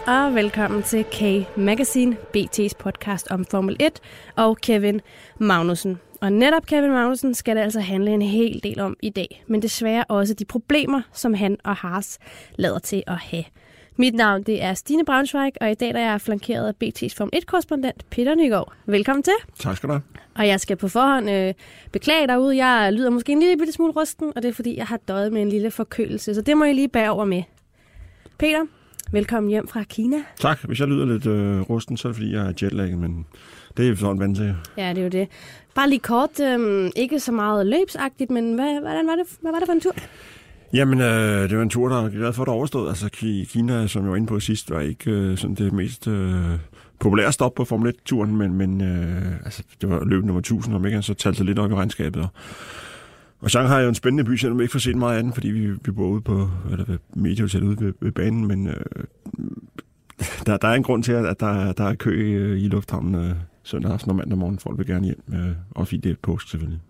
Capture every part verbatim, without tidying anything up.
og velkommen til K-Magazine, B T's podcast om Formel et og Kevin Magnussen. Og netop Kevin Magnussen skal det altså handle en hel del om i dag, men desværre også de problemer, som han og Haas lader til at have. Mit navn det er Stine Braunschweig, og i dag der er jeg flankeret af B T's Formel et-korrespondent Peter Nygaard. Velkommen til. Tak skal du have. Og jeg skal på forhånd øh, beklage derude. Jeg lyder måske en lille bitte smule rusten, og det er fordi, jeg har døjet med en lille forkølelse, så det må jeg lige bære over med. Peter, velkommen hjem fra Kina. Tak. Hvis jeg lyder lidt øh, rusten, så er det fordi, jeg er jetlagget, men det er sådan vant til. Ja, det er jo det. Bare lige kort, øh, ikke så meget løbsagtigt, men hvad, hvordan var det, hvad var det for en tur? Jamen, øh, det var en tur, der er glad for, at det overstod. Altså, Kina, som jeg var inde på sidst, var ikke øh, sådan det mest øh, populære stop på Formel et-turen, men, men øh, altså, det var løb nummer tusind, om ikke så talte lidt op i regnskabet. Og, og Shanghai er jo en spændende by, selvom vi ikke får set meget af den, fordi vi, vi bor ude på eller ved mediehotellet ude ved, ved banen, men øh, der, der er en grund til, at der, der er kø øh, i lufthavnen øh, søndag aften og mandag morgen. Folk vil gerne hjem, øh, og fordi det er påske selvfølgelig.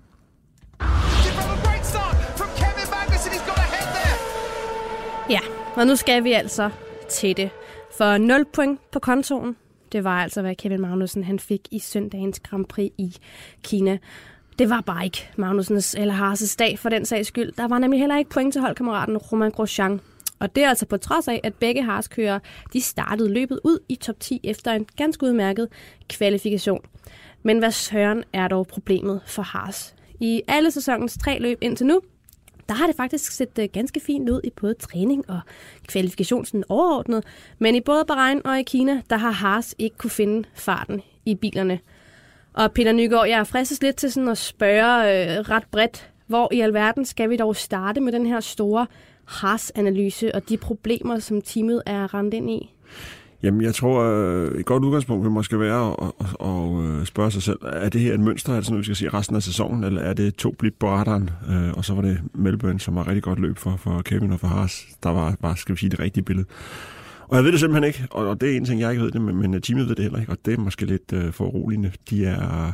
Ja, og nu skal vi altså til det. For nul point på kontoen, det var altså, hvad Kevin Magnussen han fik i søndagens Grand Prix i Kina. Det var bare ikke Magnussens eller Haas' dag for den sags skyld. Der var nemlig heller ikke point til holdkammeraten Romain Grosjean. Og det er altså på trods af, at begge Haas-kører de startede løbet ud i top ti efter en ganske udmærket kvalifikation. Men hvad søren er dog problemet for Haas? I alle sæsonens tre løb indtil nu, der har det faktisk set ganske fint ud i både træning og kvalifikationen overordnet. Men i både Bahrain og i Kina, der har Haas ikke kunne finde farten i bilerne. Og Peter Nygaard, jeg er fristet lidt til sådan at spørge øh, ret bredt, hvor i alverden skal vi dog starte med den her store Haas-analyse og de problemer, som teamet er rendt ind i? Jamen, jeg tror, et godt udgangspunkt vil måske være at, at spørge sig selv, er det her et mønster, er det sådan, vi skal sige resten af sæsonen, eller er det to blip på radaren? Og så var det Melbourne, som var rigtig godt løb for, for Kevin og for Haas. Der var, var, skal vi sige, det rigtige billede. Og jeg ved det simpelthen ikke, og det er en ting, jeg ikke ved det, men, men teamet ved det heller ikke, og det er måske lidt uh, for uroligende. De er...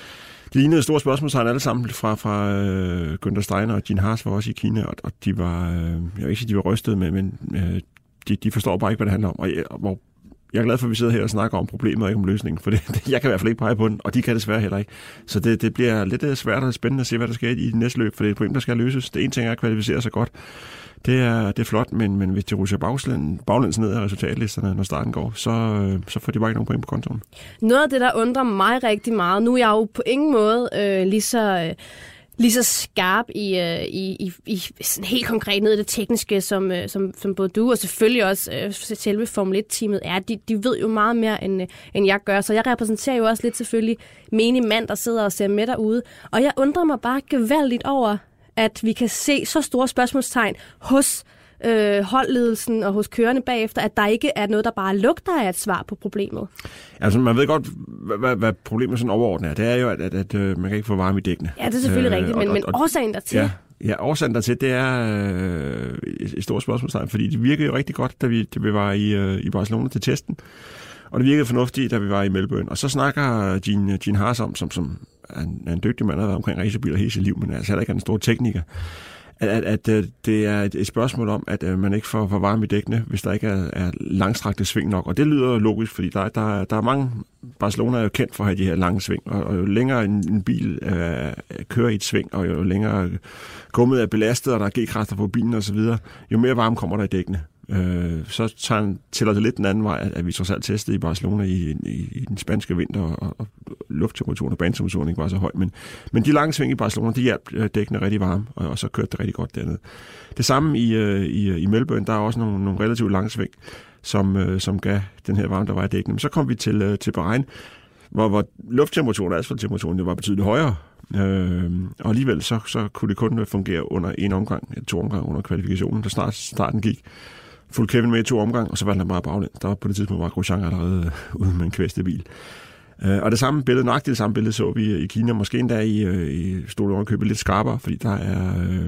De lignede store spørgsmålstegn alle sammen fra, fra uh, Günther Steiner og Gene Haas var også i Kina, og, og de var, uh, jeg vil ikke sige, de var rystede med, men uh, de, de forstår bare ikke, hvad det handler om. Og jeg, og jeg er glad for, at vi sidder her og snakker om problemet og ikke om løsningen, for det, jeg kan i hvert fald ikke pege på den, og de kan desværre heller ikke. Så det, det bliver lidt svært og spændende at se, hvad der sker i det næste løb, for det er et problem, der skal løses. Det ene ting er at kvalificere sig godt. Det er, det er flot, men, men hvis de russer baglæns ned af resultatlisterne, når starten går, så, så får de bare ikke nogen point på kontoen. Noget af det, der undrer mig rigtig meget, nu er jeg jo på ingen måde øh, lige så... Øh lige så skarp i, i, i, i sådan helt konkret ned i det tekniske, som, som, som både du og selvfølgelig også øh, selve Formel et-teamet er. De, de ved jo meget mere, end, end jeg gør, så jeg repræsenterer jo også lidt selvfølgelig menig mand, der sidder og ser med derude. Og jeg undrer mig bare gevaldigt over, at vi kan se så store spørgsmålstegn hos øh, holdledelsen og hos kørerne bagefter, at der ikke er noget, der bare lugter af et svar på problemet. Altså, man ved godt, hvad, hvad, hvad problemet sådan overordnet er. Det er jo, at, at, at, at man kan ikke få varme i dækkene. Ja, det er selvfølgelig øh, rigtigt, men, og, men og, årsagen dertil? Ja, ja, årsagen dertil, det er øh, et stort spørgsmålstegn, fordi det virkede jo rigtig godt, da vi, da vi var i, øh, i Barcelona til testen. Og det virkede fornuftigt, da vi var i Melbourne. Og så snakker Gene, Gene Haas om, som, som er, en, er en dygtig mand, der har været omkring racerbiler hele sit liv, men altså heller ikke er en stor tekniker. At, at, at det er et spørgsmål om, at man ikke får for varme i dækkene, hvis der ikke er, er langstrakte sving nok. Og det lyder logisk, fordi der, der, der er mange... Barcelona er jo kendt for at have de her lange sving, og jo længere en, en bil øh, kører i et sving, og jo længere gummet er belastet, og der er G-kræfter på bilen osv., jo mere varme kommer der i dækkene. Øh, så tager, tæller det lidt den anden vej, at, at vi trods alt testede i Barcelona i, i, i den spanske vinter, og, og lufttemperaturen og banetemperaturen ikke var så høj. Men, men de lange sving i Barcelona, de hjalp dækkene rigtig varme, og, og så kørte det rigtig godt dernede. Det samme i, i, i Melbourne, der er også nogle, nogle relativt lange sving, som, som gav den her varme, der var i dækkene. Men så kom vi til, til Bahrain, hvor, hvor lufttemperaturen og asfalttemperaturen var betydeligt højere. Øh, og alligevel så, så kunne det kun fungere under en omgang, to omgang under kvalifikationen, da snart starten gik. Fulgte Kevin med i to omgang, og så valgte han bare baglæns. Der var på det tidspunkt var Grosjean allerede ude med en kvæstet bil. Øh, og det samme billede, nøjagtigt det samme billede, så vi i Kina, måske endda i, i stod underkøbet lidt skarpere, fordi der er øh,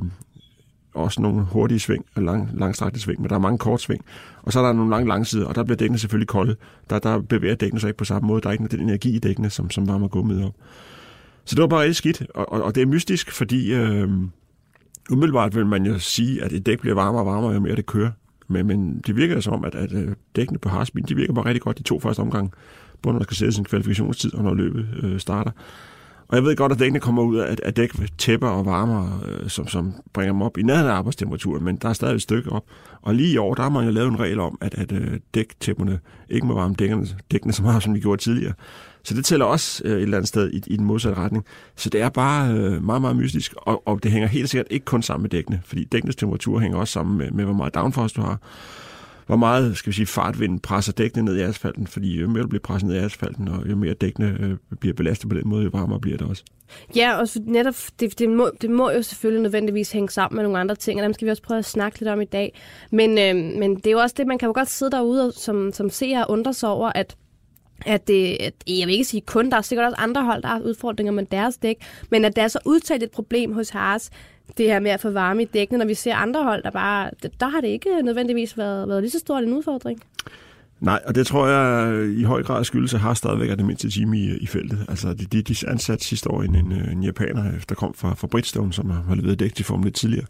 også nogle hurtige sving og lang, langstrakte sving, men der er mange kort sving. Og så er der nogle lange langsider, og der bliver dækkene selvfølgelig kolde. Der, der bevæger dækkene sig ikke på samme måde. Der er ikke den energi i dækkene, som, som varmer gummiet op. Så det var bare rigtig skidt, og, og, og det er mystisk, fordi øh, umiddelbart vil man jo sige, at et dæk bliver varmere og varmere, jo mere det kører. Men, men det virker som om, at, at dækkene på Haas-bilen, de virker bare rigtig godt de to første omgange, både når der skal sætte sin kvalifikationstid, og når løbet øh, starter. Og jeg ved godt, at dækkene kommer ud af, af dæk, tæpper og varmer, øh, som, som bringer dem op i nærheden af arbejdstemperaturen, men der er stadig et stykke op. Og lige i år, der har man jo lavet en regel om, at, at øh, dæktæpperne ikke må varme dækkene, dækkene så meget, som vi gjorde tidligere. Så det tæller også øh, et eller andet sted i, i den modsatte retning. Så det er bare øh, meget, meget mystisk, og, og det hænger helt sikkert ikke kun sammen med dækkene, fordi dækkenes temperatur hænger også sammen med, med hvor meget downforce du har. Hvor meget, skal vi sige, fartvind presser dækkene ned i asfalten, fordi jo mere du bliver presset ned i asfalten, og jo mere dækkene øh, bliver belastet på den måde, jo varmere bliver det også. Ja, og netop, det, det, må, det må jo selvfølgelig nødvendigvis hænge sammen med nogle andre ting, og dem skal vi også prøve at snakke lidt om i dag. Men, øh, men det er jo også det, man kan jo godt sidde derude som, som seer og undre sig over, at at det, at, jeg vil ikke sige kun, der er sikkert også andre hold, der har udfordringer med deres dæk, men at det er så udtalt et problem hos Haas, det her med at få varme i dækkene, når vi ser andre hold, der bare, der har det ikke nødvendigvis været, været lige så stort en udfordring. Nej, og det tror jeg i høj grad skyldes, at Haas stadigvæk er det mindste team i, i feltet. Altså, de, de, de ansatte sidste år en, en, en japaner, der kom fra, fra Bridgestone, som har leveret dæk til Formel et tidligere,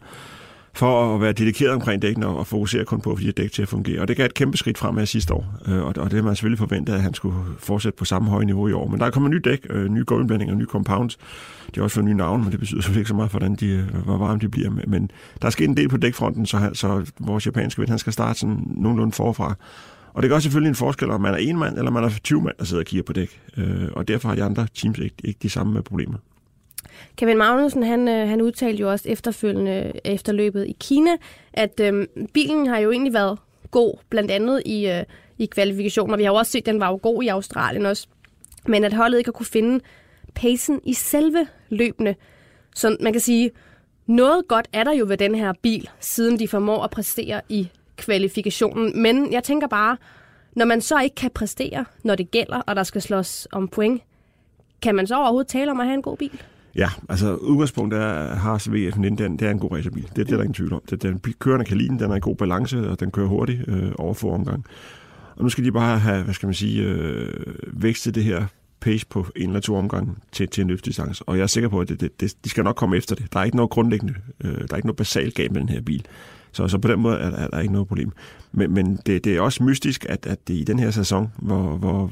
for at være dedikeret omkring dækkene og fokusere kun på at få de dæk til at fungere. Og det gav et kæmpe skridt fremad sidste år, og det har man selvfølgelig forventet, at han skulle fortsætte på samme høje niveau i år. Men der er kommet nye dæk, nye gummiblændinger, nye compounds. De har også fået nye navne, men det betyder selvfølgelig ikke så meget, hvordan de, hvor varme de bliver. Men der er sket en del på dækfronten, så, han, så vores japanske ven, han skal starte sådan nogenlunde forfra. Og det gør selvfølgelig en forskel, om man er en mand, eller man er tyve mand, der sidder og kigger på dæk. Og derfor har de andre teams ikke, ikke de samme problemer. Kevin Magnussen, han, han udtalte jo også efterfølgende efter løbet i Kina, at øhm, bilen har jo egentlig været god, blandt andet i, øh, i kvalifikationer. Vi har jo også set, at den var jo god i Australien også. Men at holdet ikke har kunne finde pacen i selve løbene. Så man kan sige, noget godt er der jo ved den her bil, siden de formår at præstere i kvalifikationen. Men jeg tænker bare, når man så ikke kan præstere, når det gælder, og der skal slås om point, kan man så overhovedet tale om at have en god bil? Ja, altså udgangspunktet er, at Haas V F nitten, det er en god racerbil. Det, det er der ingen tvivl om. Det, den kørende kan lide den, den er i god balance, og den kører hurtigt øh, over få omgang. Og nu skal de bare have, hvad skal man sige, øh, vækstet det her pace på en eller to omgange til, til en løbsdistance. Og jeg er sikker på, at det, det, det, de skal nok komme efter det. Der er ikke noget grundlæggende, øh, der er ikke noget basalt galt med den her bil. Så, så på den måde er, er der ikke noget problem. Men, men det, det er også mystisk, at, at det i den her sæson, hvor, hvor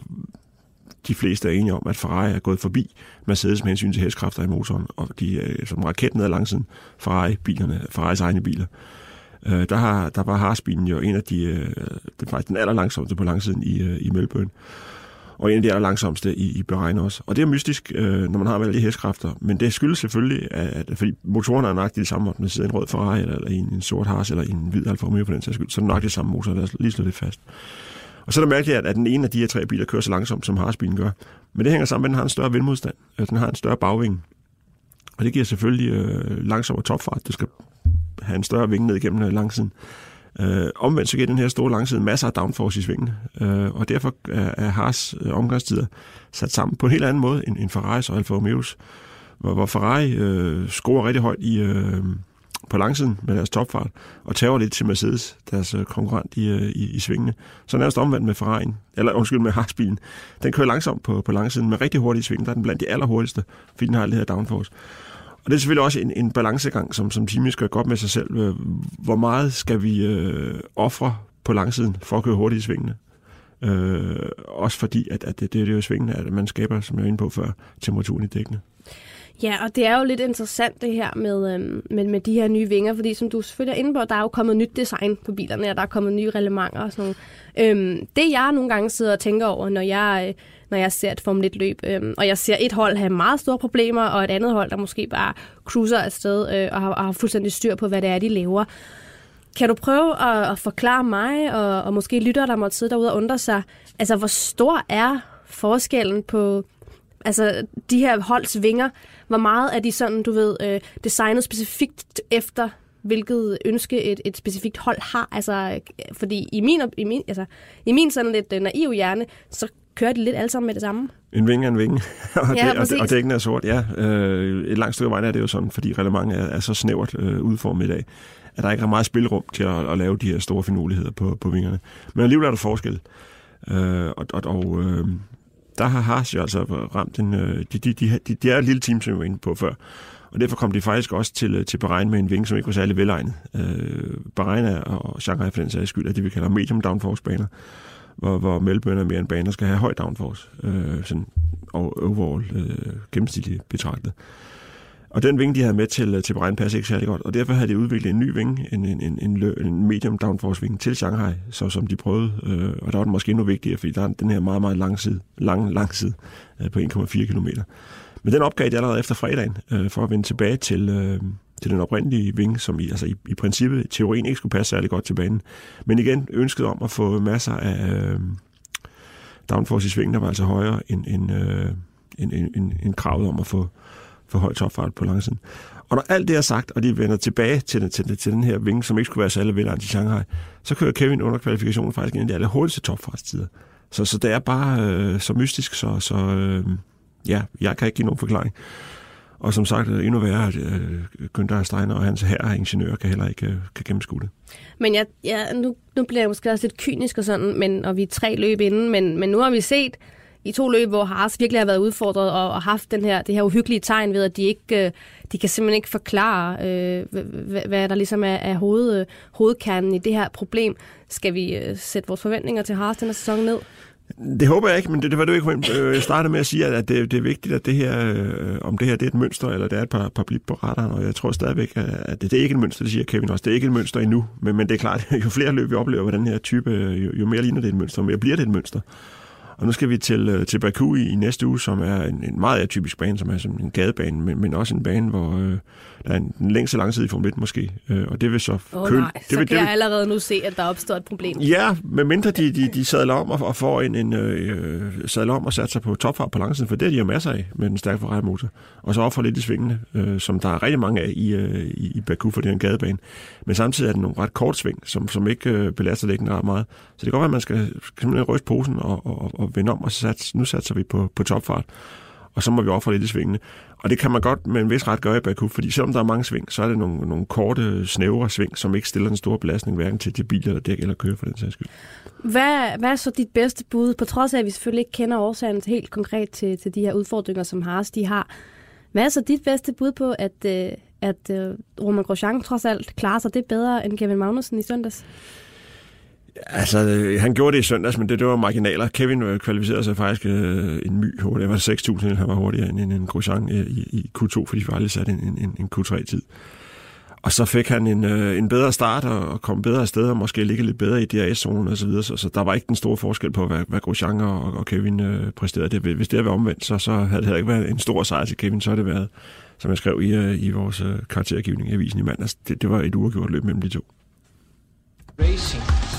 de fleste er enige om, at Ferrari er gået forbi Mercedes med hensyn til hestekræfter i motoren, og de er som raket ned ad langsiden Ferrari-bilerne, Ferraris egne biler. Øh, der, har, der var Haas-bilen jo en af de, øh, det er faktisk den aller langsomste på langsiden i, øh, i Melbourne, og en af de aller langsomste i, i Bahrain også. Og det er mystisk, øh, når man har med alle de hestekræfter, men det skyldes selvfølgelig, at, at fordi motoren er nøjagtigt det samme, om den sidder i en rød Ferrari, eller, eller i en, en sort Haas, eller i en hvid Alfa Romeo på den sags skyld, så er det nøjagtigt det samme motor, der er lige slået det fast. Og så er det mærkeligt, at den ene af de her tre biler kører så langsomt, som Haas-bilen gør. Men det hænger sammen med, at den har en større vindmodstand. Den har en større bagvinge. Og det giver selvfølgelig øh, langsommere topfart. Det skal have en større vinge ned igennem langsiden. Øh, omvendt så giver den her store langside masser af downforce i svingene. Øh, og derfor er, er Haas øh, omgangstider sat sammen på en helt anden måde end, end Ferraris og Alfa Romeos. Hvor, hvor Ferrari øh, scorer rigtig højt i... Øh, på langsiden med deres topfart, og tager lidt til Mercedes, deres konkurrent i, i, i svingene. Så nærmest omvendt med Ferrari'en, eller undskyld med Haas-bilen. Den kører langsomt på, på langsiden, med rigtig hurtige sving. Der er den blandt de allerhurtigste, fordi den har det her downforce. Og det er selvfølgelig også en, en balancegang, som, som teamet skal godt med sig selv. Hvor meget skal vi øh, ofre på langsiden for at køre hurtigt i svingene? Øh, også fordi, at, at det, det er jo svingene, at man skaber, som jeg var inde på før, temperaturen i dækkene. Ja, og det er jo lidt interessant det her med, øhm, med, med de her nye vinger, fordi som du selvfølgelig er inde på, der er jo kommet nyt design på bilerne, og der er kommet nye reglementer og sådan noget. Øhm, det jeg nogle gange sidder og tænker over, når jeg, når jeg ser et Formel et løb, øhm, og jeg ser et hold have meget store problemer, og et andet hold, der måske bare cruiser afsted øh, og, har, og har fuldstændig styr på, hvad det er, de laver. Kan du prøve at, at forklare mig, og, og måske lyttere, der måtte sidde derude og undre sig, altså hvor stor er forskellen på altså de her holds vinger? Hvor meget er de sådan, du ved, øh, designet specifikt efter, hvilket ønske et, et specifikt hold har? Altså, fordi i min, i min, altså, i min sådan lidt naive hjerne, så kører de lidt alle sammen med det samme. En vinge er en vinge, og, ja, det, og, og dækken er sort, ja. Øh, et langt stykke vej er det jo sådan, fordi reglementet er, er så snævert øh, udformet i dag, at der ikke er meget spilrum til at, at lave de her store finurligheder på, på vingerne. Men alligevel er der forskel. Øh, og og, og øh, der har Haas jo altså ramt en... De, de, de, de, de er et lille team, som vi var inde på før. Og derfor kom de faktisk også til, til Bahrain med en vinge, som ikke var særlig velegnet. Øh, Bahrain er, og Shanghai for den sags skyld, er det, vi kalder medium downforce-baner, hvor, hvor Melbourne er mere en bane, der skal have høj downforce, øh, sådan, og overall øh, gennemsnitligt betragtet. Og den vinge, de havde med til, til Bahrain, passer ikke særlig godt, og derfor havde de udviklet en ny vinge, en, en, en, en medium downforce-vinge til Shanghai, så, som de prøvede, øh, og der var den måske endnu vigtigere, fordi der er den her meget, meget lang side, lang, lang side øh, på en komma fire kilometer. Men den opgav de allerede efter fredagen, øh, for at vende tilbage til, øh, til den oprindelige vinge, som i, altså i, i princippet, i teorien ikke skulle passe særlig godt til banen. Men igen, ønsket om at få masser af øh, downforce i svingen, der var altså højere end, end, øh, end, end, end kravet om at få, få høj topfart på langsiden. Og når alt det er sagt, og de vender tilbage til, den, til, til den her vinge, som ikke skulle være særlig velegnet til Shanghai, så kører Kevin under kvalifikationen faktisk en af de aller hurtigste topfartstider. Så, så det er bare øh, så mystisk, så... så øh, Ja, jeg kan ikke give nogen forklaring. Og som sagt, endnu værre, at øh, Günther Steiner og hans herreingeniør kan heller ikke øh, kan gennemskue det. Men jeg, ja, nu, nu bliver jeg måske også lidt kynisk og sådan, men, og vi er tre løb inden, men, men nu har vi set i to løb, hvor Haas virkelig har været udfordret og, og haft den her, det her uhyggelige tegn ved, at de ikke, de kan simpelthen ikke forklare, øh, hvad, hvad der ligesom er, er hoved, hovedkernen i det her problem. Skal vi øh, sætte vores forventninger til Haas den her sæson ned? Det håber jeg ikke, men det, det var det ikke. Jeg startede med at sige, at det, det er vigtigt, at det her, øh, om det her det er et mønster, eller det er et par, par blip på radaren, og jeg tror stadigvæk, at det, det er ikke et mønster, det siger Kevin også. Det er ikke et mønster endnu, men, men det er klart, jo flere løb vi oplever, hvordan den her type, jo, jo mere ligner det et mønster, jo mere bliver det et mønster. Og nu skal vi til, til Baku i, i næste uge, som er en, en meget atypisk bane, som er som en gadebane, men, men også en bane, hvor øh, der er en, en længste langside i Formel et måske. Øh, og det vil så oh, køle... Nej, det så vil, kan det jeg allerede nu se, at der opstår et problem. Ja, medmindre de, de, de sadler om og, og får en, en øh, sadler om og sætter sig på topfart på langsiden, for det er de jo masser af med den stærke Ferrari-motor. Og så offer lidt i svingene, øh, som der er rigtig mange af i, øh, i Baku, for det er en gadebane. Men samtidig er det nogle ret kort sving, som, som ikke øh, belaster læggen ret meget. Så det kan godt være, at man skal, skal simpelthen ryste posen og, og, og vende om og sætte. Nu satser vi på, på topfart, og så må vi ofre lidt i svingene. Og det kan man godt med en vis ret gøre i Baku, fordi selvom der er mange sving, så er det nogle, nogle korte, snævre sving, som ikke stiller den store belastning, hverken til de biler, eller dæk, eller kører for den sags skyld. Hvad, hvad er så dit bedste bud, på trods af, at vi selvfølgelig ikke kender årsagen helt konkret til, til de her udfordringer, som Haas de har? Hvad er så dit bedste bud på, at, at Romain Grosjean trods alt klarer sig det bedre end Kevin Magnussen i søndags? Altså, han gjorde det i søndags, men det, det var marginaler. Kevin kvalificerede sig faktisk øh, en my hurtigt. Det var seks tusind, han var hurtigere end en, en Grosjean i, i Q to, fordi vi aldrig satte en, en, en Q tre-tid. Og så fik han en, øh, en bedre start og, og kom bedre afsted og måske ligge lidt bedre i D R S-zonen og så videre. Så, så der var ikke den store forskel på, hvad, hvad Grosjean og, og Kevin øh, præsterede. Det, hvis det havde været omvendt, så, så havde det ikke været en stor sejr til Kevin. Så havde det været, som jeg skrev i, i vores øh, karaktergivning i avisen i mandags, det, det var et uafgjort løb mellem de to. Racing.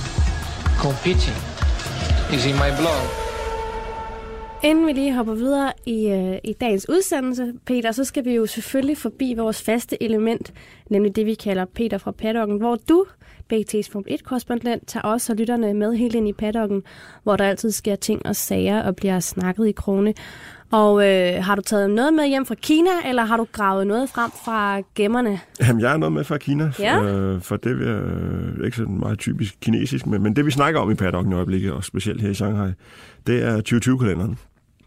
Competing is in my blog. Inden vi lige hopper videre i, øh, i dagens udsendelse, Peter, så skal vi jo selvfølgelig forbi vores faste element, nemlig det, vi kalder Peter fra paddocken, hvor du, B T's Formel et-korrespondent, tager også og lytterne med helt ind i paddocken, hvor der altid sker ting og sager og bliver snakket i krone. Og øh, har du taget noget med hjem fra Kina, eller har du gravet noget frem fra gemmerne? Jamen, jeg er noget med fra Kina, ja. for, for det er øh, ikke sådan meget typisk kinesisk, men, men det vi snakker om i paddocken i øjeblikket, og specielt her i Shanghai, det er tyve tyve-kalenderen.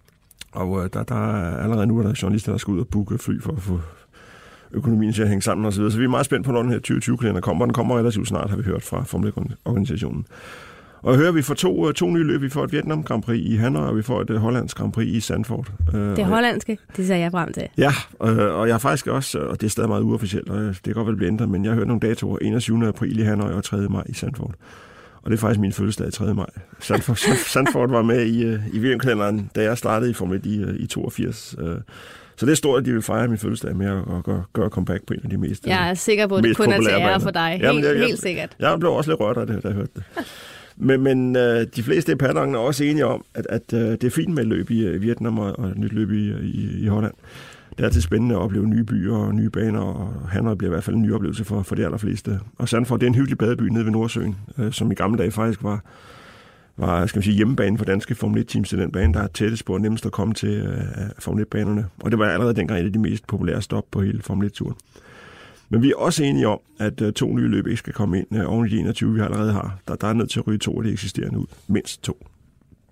Og øh, der, der er allerede nu, der er journalister, der skal ud og booke fly for at få økonomien til at hænge sammen og så videre. Så vi er meget spændt på, når den her tyve tyve-kalender kommer. Den kommer relativt snart, har vi hørt fra Formel et-organisationen. Og hører vi får to, to nye løb. Vi får et Vietnam Grand Prix i Hanoi, og vi får et hollandsk Grand Prix i Zandvoort. Det hollandske, det ser jeg frem til. Ja, og jeg er faktisk også, og det er stadig meget uofficielt, og det kan godt vel blive ændret, men jeg har hørt nogle datoer, enogtyvende april i Hanoi og tredje maj i Zandvoort. Og det er faktisk min fødselsdag tredje maj. Zandvoort, Zandvoort var med i, i V M-kalenderen, da jeg startede i Formel et i, i toogfirs. Så det er stort, at de vil fejre min fødselsdag med at gøre, gøre comeback på en af de mest Jeg er sikker på, at det kun er til ære for dig. Helt, jeg, jeg, helt sikkert. Jeg, jeg blev også lidt rørt af det, da jeg hørte det. Men, men øh, de fleste i paddocken er også enige om, at, at øh, det er fint med et løb i øh, Vietnam og, og et nyt løb i, i, i Holland. Det er altid spændende at opleve nye byer og nye baner, og Hanoi bliver i hvert fald en ny oplevelse for, for de allerfleste. Og Zandvoort, det er en hyggelig badeby nede ved Nordsøen, øh, som i gamle dage faktisk var, var skal man sige, hjemmebane for danske Formel et-teams til den bane, der er tættest på og nemmest at komme til øh, Formel et-banerne. Og det var allerede dengang et af de mest populære stop på hele Formel et-turen. Men vi er også enige om, at uh, to nye løb ikke skal komme ind uh, oven i de enogtyve, vi allerede har. Der, der er nødt til at ryge to af de eksisterende ud. Mindst to.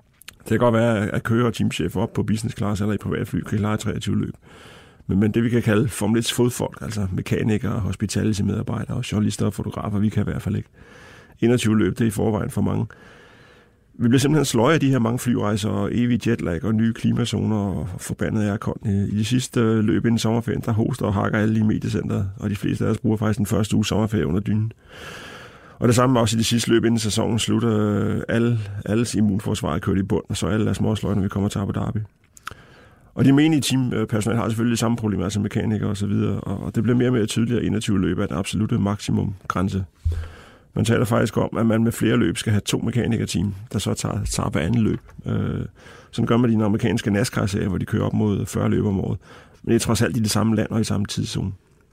Det kan godt være, at kører og teamchef op på business class eller i privatfly kan klare treogtyve løb. Men, men det, vi kan kalde Formel et fodfolk, altså mekanikere, hospitality-medarbejdere, journalister og fotografer, vi kan i hvert fald ikke. enogtyve løb, det er i forvejen for mange. Vi bliver simpelthen sløje af de her mange flyrejser og evige jetlag og nye klimazoner og forbandet aircon. I de sidste løb inden sommerferien, der hoster og hakker alle i mediecenteret, og de fleste af os bruger faktisk den første uge sommerferie under dynen. Og det samme også i de sidste løb inden sæsonen slutter. Alle, alles immunforsvar er kørt i bund, og så alle er småsløje, når vi kommer til Abu Dhabi. Og de menige teampersonale har selvfølgelig de samme problemer, altså mekanikere og så videre, og det bliver mere og mere tydeligt, at enogtyve løb er den absolutte maksimumgrænse. Man taler faktisk om, at man med flere løb skal have to mekanikerteam, der så tager, tager hver anden løb. Øh, sådan gør man i den amerikanske NASCAR-serie, hvor de kører op mod fyrre løb om året. Men det er trods alt i det samme land og i samme tidszone.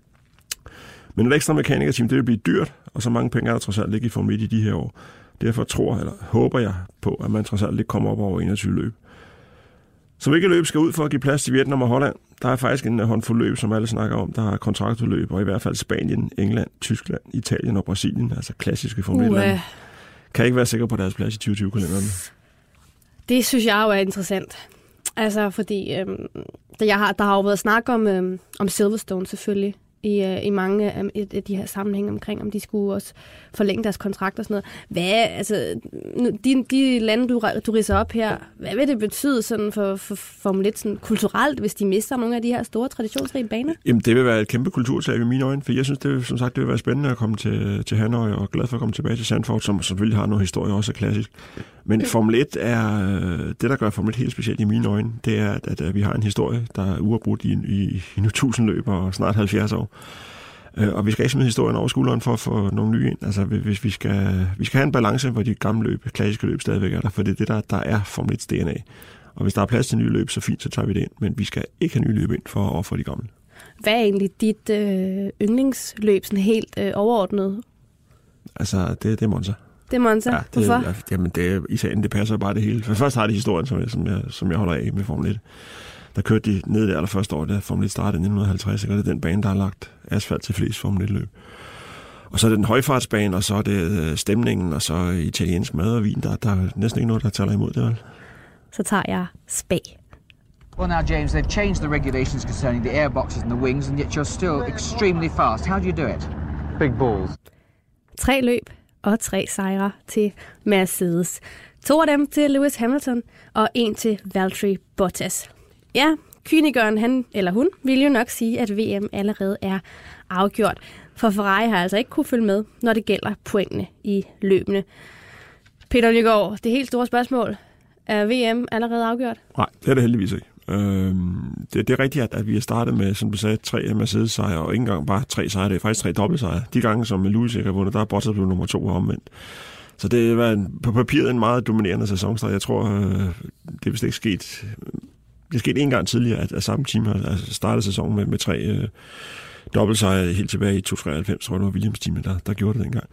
Men et ekstra mekanikerteam, det vil blive dyrt, og så mange penge er der trods alt ikke i Formel et i de her år. Derfor tror eller håber jeg på, at man trods alt ikke kommer op over enogtyve løb. Så hvilke løb skal ud for at give plads til Vietnam og Holland? Der er faktisk en håndfuld løb, som alle snakker om. Der er kontraktudløb, og i hvert fald Spanien, England, Tyskland, Italien og Brasilien, altså klassiske Formel et-lande. Kan ikke være sikker på deres plads i tyve tyve-kalenderen. Det synes jeg jo er interessant. Altså, fordi øhm, jeg har, der har jo været snak om, øhm, om Silverstone selvfølgelig, i, øh, i mange af øh, de her sammenhænge omkring, om de skulle også forlænge deres kontrakt og sådan noget. Hvad, altså, de, de lande, du, du ridser op her, hvad vil det betyde sådan for, for Formel et sådan kulturelt, hvis de mister nogle af de her store traditionsrige baner? Jamen, det vil være et kæmpe kulturtab i mine øjne, for jeg synes, det vil, som sagt, det vil være spændende at komme til, til Hanoi, og glad for at komme tilbage til Zandvoort, som selvfølgelig har noget historie, også er klassisk. Men Formel et er, det der gør Formel et helt specielt i mine øjne, det er, at, at vi har en historie, der er uafbrudt i, i, i nu tusind løb og snart halvfjerds år. Og vi skal ikke smide historien over skulderen for at få nogle nye ind. Altså, hvis vi skal, vi skal have en balance, hvor de gamle løb, klassiske løb stadigvæk er der, for det er det, der, der er Formel et's D N A. Og hvis der er plads til nye løb, så fint, så tager vi det ind. Men vi skal ikke have nye løb ind for at ofre de gamle. Hvad er egentlig dit øh, yndlingsløb, sådan helt øh, overordnet? Altså, det, det er Monza. Det er Monza? Ja, det, hvorfor? Jamen, det er, i sagen, det passer bare det hele. For først har det historien, som jeg, som jeg, som jeg holder af med Formel et. Der kørte de ned det allerførste år, da Formel et startede i nitten halvtreds, og det er den bane, der har lagt asfalt til flest Formel et-løb. Og så er det den højfartsbane, og så er det stemningen, og så italiensk mad og vin. Der, der er næsten ikke noget, der taler imod det, vel? Så tager jeg Spa. Well now, James, they've changed the regulations concerning the airboxes and the wings, and yet you're still extremely fast. How do you do it? Big balls. Tre løb og tre sejre til Mercedes. To af dem til Lewis Hamilton, og en til Valtteri Bottas. Ja, kynikeren, han eller hun, vil jo nok sige, at V M allerede er afgjort. For Ferrari har altså ikke kunne følge med, når det gælder pointene i løbene. Peter Nygaard, det helt store spørgsmål. Er V M allerede afgjort? Nej, det er det heldigvis ikke. Øhm, det, det er rigtigt, at vi har startet med, som du sagde, tre Mercedes-sejre, og ikke engang bare tre sejre, det er faktisk tre dobbeltsejre. De gange, som Lewis ikke har vundet, der er Bottas blevet nummer to og omvendt. Så det var en, på papiret en meget dominerende sæsonstart. Jeg tror, øh, det er vist ikke sket... Det skete en gang tidligere, at, at samme team har startet sæsonen med, med tre øh, dobbeltsejre helt tilbage i to treoghalvfems, tror jeg, det var Williams-teamet, der, der gjorde det dengang.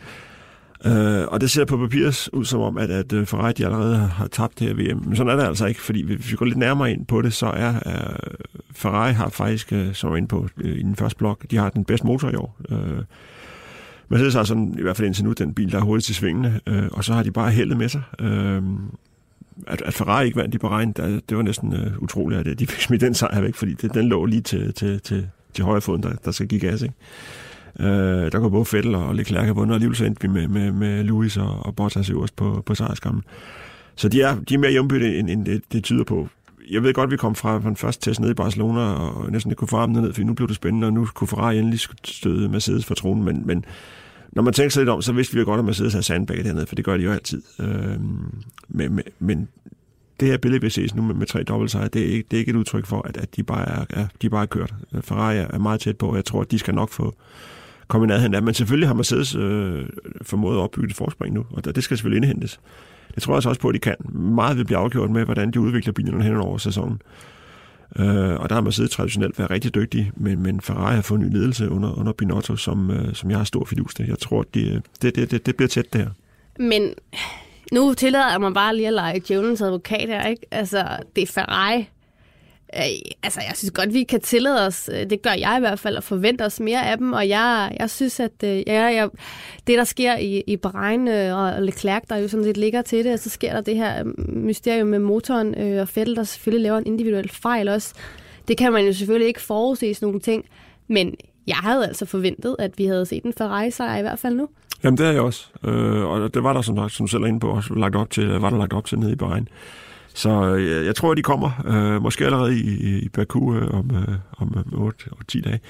Øh, og det ser på papiret ud som om, at, at Ferrari de allerede har, har tabt det her V M. Men sådan er det altså ikke, fordi hvis vi går lidt nærmere ind på det, så er øh, Ferrari har faktisk, øh, som er inde på øh, i den første blok, de har den bedste motor i år. Øh, Mercedes har sådan, i hvert fald indtil nu, den bil, der er hurtigt til svingene, øh, og så har de bare heldet med sig. Øh, At, at Ferrari ikke vandt i Bahrain, der, det var næsten uh, utroligt, at de fik smidt den sejr væk, fordi det, den lå lige til, til, til, til højre foden, der, der skal give gas. Ikke? Uh, der går både Vettel og Leclerc have vundet, og alligevel så endte vi med, med, med Lewis og, og Bottas øverst på, på sejrskammen. Så de er, de er mere jævnbyrdige, end, end det, det tyder på. Jeg ved godt, at vi kom fra, fra den første test ned i Barcelona, og næsten ikke kunne få armen ned, for nu blev det spændende, og nu kunne Ferrari endelig støde Mercedes for tronen, men, men når man tænker sig lidt om, så vidste vi jo godt, at Mercedes havde sandbag dernede, for det gør de jo altid. Øh, men, men, men det her billede, vi ses nu med, med tre dobbeltsejre, det er ikke, det er ikke et udtryk for, at, at de, bare er, er, de bare er kørt. Ferrari er meget tæt på, og jeg tror, at de skal nok få komme i nærheden af. Men selvfølgelig har Mercedes øh, formået at opbygge et forspring nu, og det skal selvfølgelig indhentes. Det tror jeg også på, at de kan. Meget vil blive afgjort med, hvordan de udvikler bilerne hen over sæsonen. Uh, og der har Mercedes traditionelt været rigtig dygtige, men, men Ferrari har fået en ny ledelse under, under Binotto, som, uh, som jeg har stor fidus til. Jeg tror, det, det, det, det, det bliver tæt, det her. Men nu tillader jeg mig bare lige at lege djævelens advokat her, ikke? Altså, det er Ferrari. Øh, altså, jeg synes godt, vi kan tillade os, det gør jeg i hvert fald, at forvente os mere af dem, og jeg, jeg synes, at øh, jeg, jeg, det, der sker i, i Bahrain øh, og Leclerc, der jo sådan lidt ligger til det, og så sker der det her mysterium med motoren, øh, og Vettel, der selvfølgelig laver en individuel fejl også. Det kan man jo selvfølgelig ikke forudse sådan nogle ting, men jeg havde altså forventet, at vi havde set en Ferrari-sejr i hvert fald nu. Jamen, det er jeg også. Øh, og det var der, som sagt, som du selv er inde på, også lagt op til, var der lagt op til nede i Bahrain. Så øh, jeg tror, at de kommer. Øh, måske allerede i, i, i Baku øh, om, øh, om otte ti dage.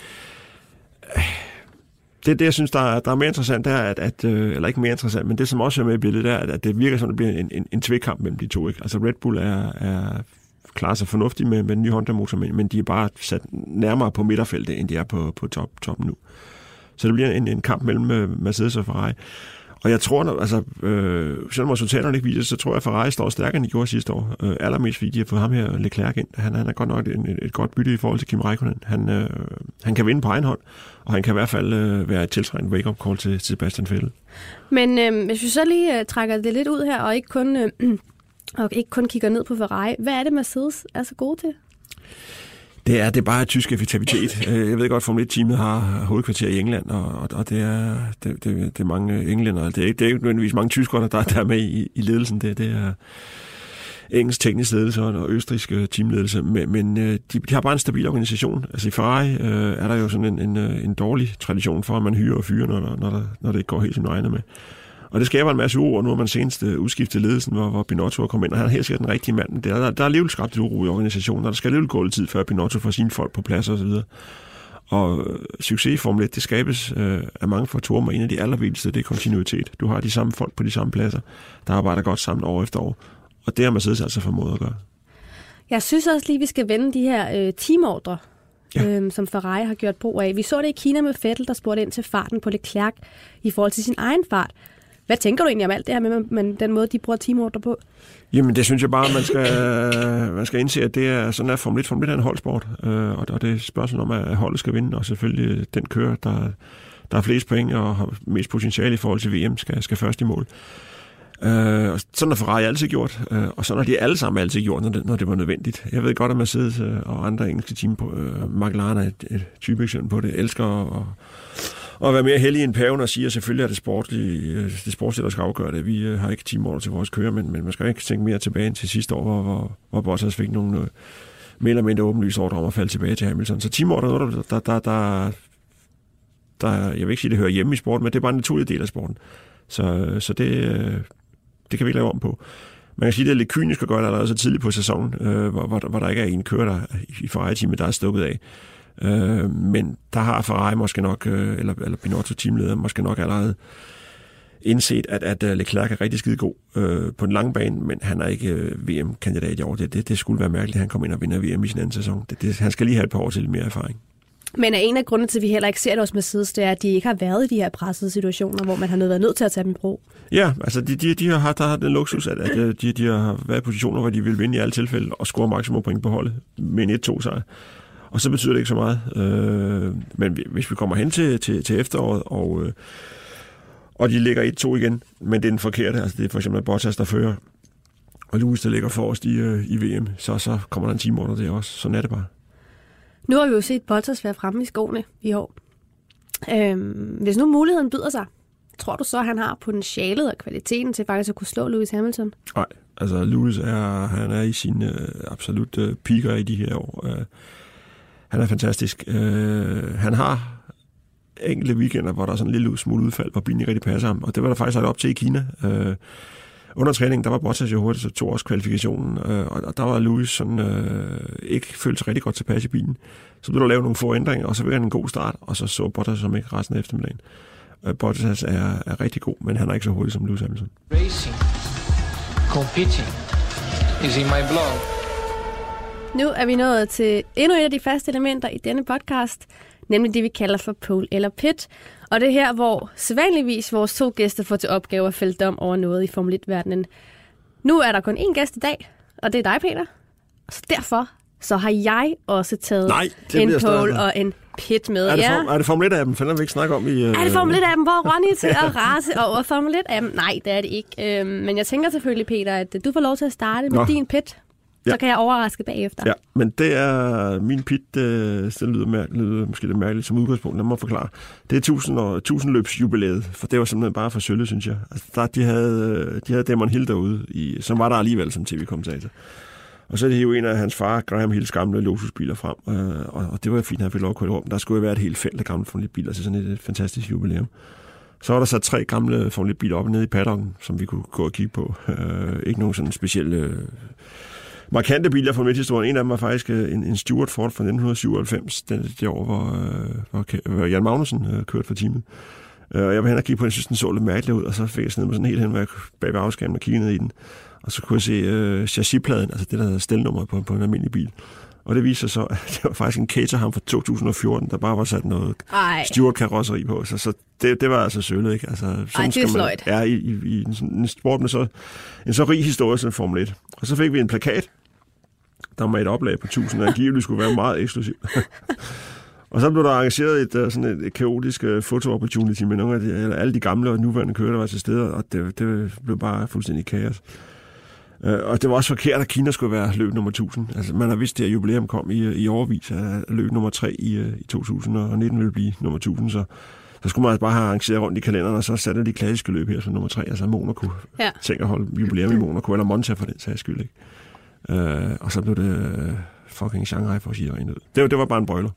Det, det jeg synes, der er, der er mere interessant, det er, at, at øh, eller ikke mere interessant, men det, som også er med i billedet, er, at, at det virker som, det bliver en, en, en tvekamp mellem de to. Ikke? Altså Red Bull er, er klarer sig fornuftigt med, med den nye Honda-motor, men, men de er bare sat nærmere på midterfeltet, end de er på, på top, toppen nu. Så det bliver en, en kamp mellem Mercedes og Ferrari. Og jeg tror, altså, øh, selvom resultaterne ikke viser, så tror jeg, at Ferrari står stærkere, end de gjorde sidste år. Øh, allermest fordi de har fået ham her, Leclerc, ind. Han, han er godt nok et, et godt bytte i forhold til Kimi Räikkönen. Han, øh, han kan vinde på egen hånd, og han kan i hvert fald øh, være et tiltrængt wake-up call til, til Sebastian Vettel. Men øh, hvis vi så lige øh, trækker det lidt ud her, og ikke kun, øh, og ikke kun kigger ned på Ferrari, hvad er det, Mercedes er så gode til? Det er, det er bare tysk effektivitet. Jeg ved godt, at Formel et-teamet har hovedkvarter i England, og, og det, er, det, det, det er mange englænder. Det er ikke, det er ikke nødvendigvis mange tyskere, der, der er med i, i ledelsen. Det, det er engelsk teknisk ledelse og østrigsk teamledelse, men, men de, de har bare en stabil organisation. Altså i Ferrari øh, er der jo sådan en, en, en dårlig tradition for, at man hyrer og fyrer, når, når, der, når det ikke går helt som regnet med. Og det skaber en masse uro, og nu har man senest udskiftet ledelsen, hvor, hvor Binotto er kommet ind, og han er helt sikkert den rigtige mand. Der, der, der er alligevel skabt et uro i organisationen, og der skal alligevel gå lidt tid, før Binotto får sine folk på plads og så videre. Og øh, succes i Formel et, det skabes øh, af mange faktorer, men en af de allervigtigste, det er kontinuitet. Du har de samme folk på de samme pladser, der arbejder godt sammen år efter år. Og det har Mercedes altså formået at gøre. Jeg synes også lige, vi skal vende de her øh, teamordre, ja. øhm, som Ferrari har gjort brug af. Vi så det i Kina med Vettel, der spurgte ind til farten på Leclerc i forhold til sin egen fart. Hvad tænker du egentlig om alt det her med, med den måde, de bruger teamordre på? Jamen, det synes jeg bare, man skal, man skal indse, at det er sådan, at Formel et, Formel et er en holdsport, øh, og det er et spørgsmål om, at holdet skal vinde, og selvfølgelig den kører, der, der er flest point og har mest potentiale i forhold til V M, skal, skal først i mål. Øh, sådan har Ferrari altid gjort, øh, og sådan har de alle sammen altid gjort, når det, når det var nødvendigt. Jeg ved godt, at Mercedes øh, og andre engelske team, på, øh, McLaren er et, et type eksempel på det, elsker og og være mere heldig end paven og sige, at selvfølgelig er det sportlige, det sportslige, der skal afgøre det. Vi har ikke teamorder til vores kører, men, men man skal ikke tænke mere tilbage end til sidste år, hvor, hvor, hvor Bottas fik nogle uh, mere eller mindre åbenlyse ordre om at falde tilbage til Hamilton. Så teamorder er noget, der, der, der, der, jeg vil ikke sige, det hører hjemme i sporten, men det er bare en naturlig del af sporten. Så, så det, det kan vi ikke lave om på. Man kan sige, at det er lidt kynisk at gøre det allerede så tidligt på sæsonen, øh, hvor, hvor, hvor der ikke er en kører der i Ferrari-teamet, der er stukket af. Øh, men der har Ferrari måske nok, øh, eller, eller Binotto teamleder måske nok allerede indset, at, at Leclerc er rigtig skide god øh, på den lange bane, men han er ikke øh, V M-kandidat i år. Det, det, det skulle være mærkeligt, at han kommer ind og vinder V M i sin anden sæson. Det, det, han skal lige have et par år til mere erfaring. Men er en af grundene til, at vi heller ikke ser det hos Mercedes, det er, at de ikke har været i de her pressede situationer, hvor man har været nødt til at tage dem i brug? Ja, altså de, de, de har haft der den luksus, at, at de, de har været i positioner, hvor de vil vinde i alle tilfælde og score maksimum point på holdet med en et to sejr. Og så betyder det ikke så meget. Øh, men hvis vi kommer hen til, til, til efteråret, og, øh, og de ligger et to igen, men det er den forkerte, altså det er for eksempel Bottas, der fører, og Lewis, der ligger forrest i, øh, i V M, så, så kommer der en teamorder der også. Sådan er det bare. Nu har vi jo set Bottas være fremme i skoene i år. Øhm, hvis nu muligheden byder sig, tror du så, at han har potentialet og kvaliteten til faktisk at kunne slå Lewis Hamilton? Nej, altså Lewis er, han er i sin øh, absolut øh, piker i de her år. Øh, Han er fantastisk. Øh, han har enkelte weekender, hvor der er sådan en lille smule udfald, hvor bilen ikke rigtig passer ham. Og det var der faktisk sat op til i Kina. Øh, under træningen, der var Bottas jo hurtigt, så to års kvalifikationen. Øh, og der var Lewis sådan, øh, ikke følt sig rigtig godt tilpas i bilen. Så blev der lavet nogle få ændringer, og så blev han en god start. Og så så Bottas som ikke resten af eftermiddagen. Øh, Bottas er, er rigtig god, men han er ikke så hurtig som Lewis Hamilton. Racing, competing is in my blood. Nu er vi nået til endnu et af de faste elementer i denne podcast, nemlig det, vi kalder for pole eller pit. Og det er her, hvor sædvanligvis vores to gæster får til opgave at fælde dom over noget i Formel et-verdenen. Nu er der kun én gæst i dag, og det er dig, Peter. Så derfor så har jeg også taget Nej, en pole og en pit med. Er det, ja. form, er det Formel et-appen? Finder vi ikke snakke om i... Uh... Er det Formel et-appen, hvor Ronny til at rase over Formel et-appen? Nej, det er det ikke. Øhm, men jeg tænker selvfølgelig, Peter, at du får lov til at starte med Nå. din pit. Ja. Så kan jeg overraske bagefter. Ja, men det er min pit, det lyder, mær- lyder måske lidt mærkeligt som udgangspunkt. Lad mig forklare. Det er tusind, og, tusind løbs jubilæet, for det var simpelthen bare for sølle, synes jeg. Altså, der, de havde, de havde Damon Hill derude, i, som var der alligevel som tv-kommentator. Og så er det jo en af hans far, Graham Hills gamle Lotus-biler frem, øh, og, og det var fint, at han fik lov at køre i rum. Der skulle jo være et helt felt af gamle Formel et-biler til sådan et, et fantastisk jubilæum. Så var der sat tre gamle Formel et-biler op nede i paddocken, som vi kunne gå og kigge på. Øh, ikke nogen sådan specielle øh, markante biler fra midthistorien. En af dem var faktisk en, en Stuart Ford fra nitten syvoghalvfems, det, det år, hvor, øh, hvor, hvor Jan Magnussen øh, kørte for teamet. Øh, og jeg var hen og kigge på den, jeg synes, den så lidt mærkeligt ud, og så fik jeg sådan, sådan helt hen, hvor jeg bag ved afskærmen og kiggede ned i den. Og så kunne jeg se øh, chassispladen, altså det, der hedder stelnummeret på, på en almindelig bil. Og det viser så, at det var faktisk en Caterham fra to tusind og fjorten, der bare var sat noget Stuart-karosseri på. Så, så det, det var altså sølle, ikke? Altså, Ej, det er sløjt. Ja, i, i, i en, en sport med så, en så rig historie som Formel et. Og så fik vi en plakat, der var med et oplag på tusind, og angiveligt skulle være meget eksklusiv. Og så blev der arrangeret et, sådan et, et kaotisk uh, foto-opportunity med nogle af de, eller alle de gamle og nuværende kører, der var til stede, og det, det blev bare fuldstændig kaos. Uh, og det var også forkert, at Kina skulle være løb nummer tusind. Altså, man har vidst, at jubilæum kom i, i overvis, at løb nummer tre i, uh, i to tusind nitten ville blive nummer tusind, så så skulle man altså bare have arrangeret rundt i kalenderen, og så satte de klassiske løb her som nummer tre, altså Monaco. Ja. Tænk at holde jubilæum i Monaco, eller Monza for den sags skyld, ikke? Uh, og så blev det uh, fucking Shanghai for at sige det. Det, det var bare en brøjler.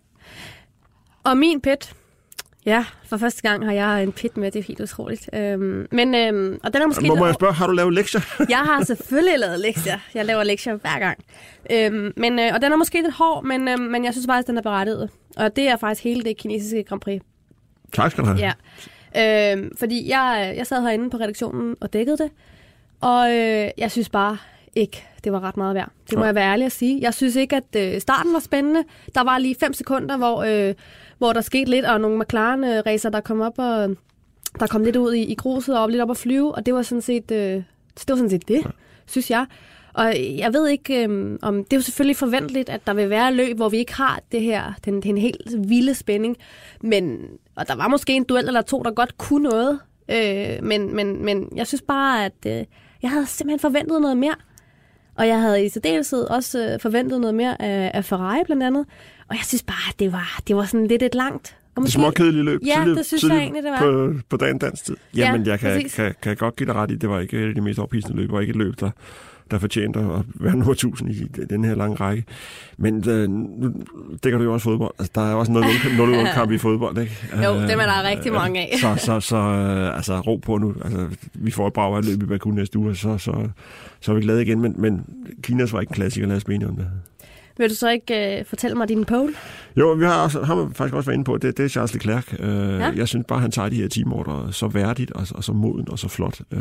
Og min pit, ja, for første gang har jeg en pit med, det er helt utroligt. Øhm, men, øhm, og den er måske... Må, må jeg spørge, har du lavet lektier? Jeg har selvfølgelig lavet lektier. Jeg laver lektier hver gang. Øhm, men, øh, og den er måske lidt hård, men, øh, men jeg synes faktisk, den er berettiget. Og det er faktisk hele det kinesiske Grand Prix. Tak skal du have. Ja. Øhm, fordi jeg, jeg sad herinde på redaktionen og dækkede det, og øh, jeg synes bare ikke, det var ret meget værd. Det må ja. jeg være ærlig at sige. Jeg synes ikke, at øh, starten var spændende. Der var lige fem sekunder, hvor, øh, hvor der skete lidt, og nogle McLaren-racer, der kom op og der kom lidt ud i, i gruset og op, lidt op at flyve, og det var sådan set, øh, det, var sådan set det, ja. synes jeg. Og jeg ved ikke, øh, om det er jo selvfølgelig forventeligt, at der vil være løb, hvor vi ikke har det her, den, den helt vilde spænding. Men, og der var måske en duel eller to, der godt kunne noget. Øh, men, men, men jeg synes bare, at øh, jeg havde simpelthen forventet noget mere. Og jeg havde i særdeleshed også øh, forventet noget mere af, af Ferrari blandt andet. Og jeg synes bare, at det var, det var sådan lidt et langt... Det er småkedeligt løb. Ja, tidlig, det synes jeg egentlig, det var. På, på dagen dansk tid. Jamen, ja, jeg kan, kan, kan godt give dig ret i, det var ikke et af de mest ophidsende løb, og ikke et løb, der, der fortjente at være nummer tusind i den her lange række. Men øh, nu dækker du jo også fodbold. Altså, der er også noget nul-nul-kamp i fodbold, ikke? Jo, dem er der rigtig mange af. så så, så øh, altså, ro på nu. Altså, vi får et brag af et løb i Baku næste uge, så, så, så er vi glade igen. Men, men Kinas var ikke en klassiker, lad os blive enige om det. Vil du så ikke øh, fortælle mig din pole? Jo, vi har, også, har man faktisk også været inde på, det, det er Charles Leclerc. Øh, ja. Jeg synes bare, han tager de her teamordre så værdigt, og, og så moden, og så flot. Øh,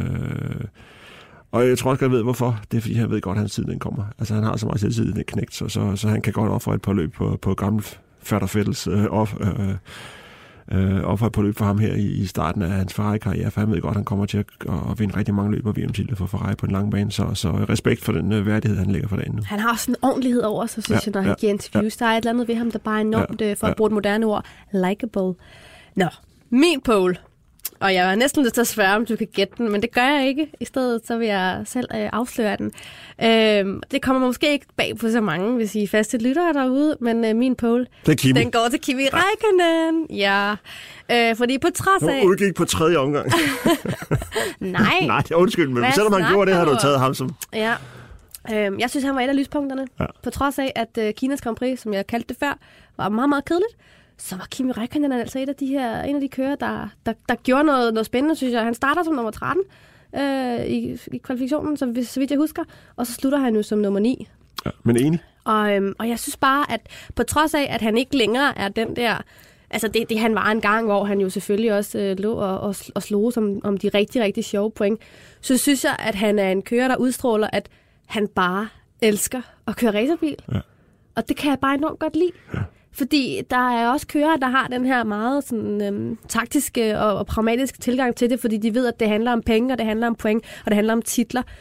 og jeg tror også, jeg ved, hvorfor. Det er, fordi han ved godt, at hans tid den kommer. Altså, han har så meget selvtid, den er knægt, så, så, så han kan godt ofre et par løb på, på gamle Fætters øh, off, øh, øh, ofre et par løb for ham her i, i starten af hans Ferrari-karriere, for han ved godt, at han kommer til at, at vinde rigtig mange løb og V M-titler for Ferrari på en lang bane, så, så respekt for den øh, værdighed, han lægger for dagen nu. Han har også en ordentlighed over sig, synes ja, jeg, når ja, han giver interviews. Ja. Der er et eller andet ved ham, der bare er enormt, ja, for at bruge et moderne ord, likable. Nå, min pole. Og jeg var næsten lidt til at spørge, om du kan gætte den, men det gør jeg ikke. I stedet så vil jeg selv øh, afsløre den. Øh, det kommer måske ikke bag på så mange, hvis I er faste lyttere derude, men øh, min pole, den går til Kimi Räikkönen. Ja, øh, fordi på trods af... Du udgik på tredje omgang. Nej. Nej, undskyld, men selvom han gjorde det, har du taget ham som... Ja. Øh, jeg synes, han var et af lyspunkterne. Ja. På trods af, at øh, Kinas Grand Prix, som jeg kaldte det før, var meget, meget kedeligt. Så var Kimi Räikkönen altså et af de her, en af de kører, der, der, der gjorde noget, noget spændende, synes jeg. Han starter som nummer tretten øh, i, i kvalifikationen, så, så vidt jeg husker, og så slutter han jo som nummer ni. Ja, men enig. Og, øhm, og jeg synes bare, at på trods af, at han ikke længere er den der... Altså det, det han var en gang, hvor han jo selvfølgelig også øh, lå og, og, og slog som, om de rigtig, rigtig sjove point, så synes jeg, at han er en kører, der udstråler, at han bare elsker at køre racerbil. Ja. Og det kan jeg bare enormt godt lide. Ja. Fordi der er også kører, der har den her meget sådan, øhm, taktiske og, og pragmatiske tilgang til det, fordi de ved, at det handler om penge, og det handler om point, og det handler om titler.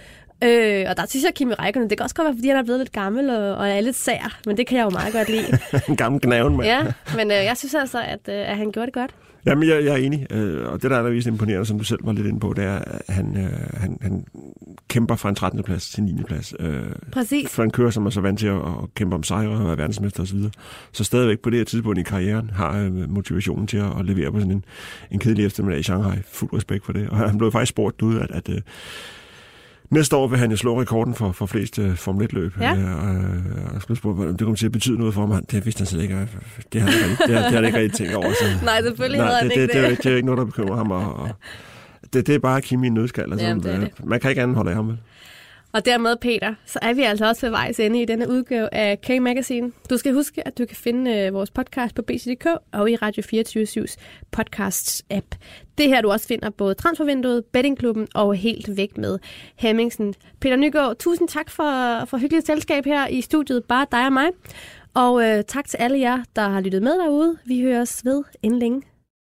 Øh, og der synes jeg, Kimi Räikkönen, det kan også godt være, fordi han er blevet lidt gammel og, og er lidt sær, men det kan jeg jo meget godt lide. En gammel gnaven, mand. Ja, men øh, jeg synes altså, at, øh, at han gjorde det godt. Jamen, jeg, jeg er enig, øh, og det, der er der vist imponerende, som du selv var lidt inde på, det er, at han, øh, han, han kæmper fra en trettende plads til niende plads. Øh, Præcis. For en kører, som er så vant til at, at kæmpe om sejre og være verdensmester osv. Så stadigvæk på det her tidspunkt i karrieren har øh, motivationen til at, at levere på sådan en, en kedelig eftermiddag i Shanghai. Fuld respekt for det. Og han blev faktisk spurgt ud, at, at øh, næste år vil han jo slå rekorden for, for flest uh, Formel et-løb. Ja. Uh, og jeg skulle spørge, om det kommer til at betyde noget for ham. Det vidste han slet ikke. Det har han ikke, det har, det har han ikke rigtig tænkt over. Så. Nej, selvfølgelig Nej, havde han det, ikke det. Det, det, det er jo ikke noget, der bekymrer ham. Og, og det, det er bare Kimi i en nødskal. Altså, Jamen, det er det. Man kan ikke andet holde af ham, vel? Og dermed, Peter, så er vi altså også ved vejs ende i denne udgave af K-Magazine. Du skal huske, at du kan finde vores podcast på B C punktum D K og i Radio fireogtyve syvs podcasts-app. Det her, du også finder både Transfervinduet, Bettingklubben og Helt Væk med Hemmingsen. Peter Nygaard, tusind tak for, for hyggeligt selskab her i studiet. Bare dig og mig. Og øh, tak til alle jer, der har lyttet med derude. Vi høres ved inden længe.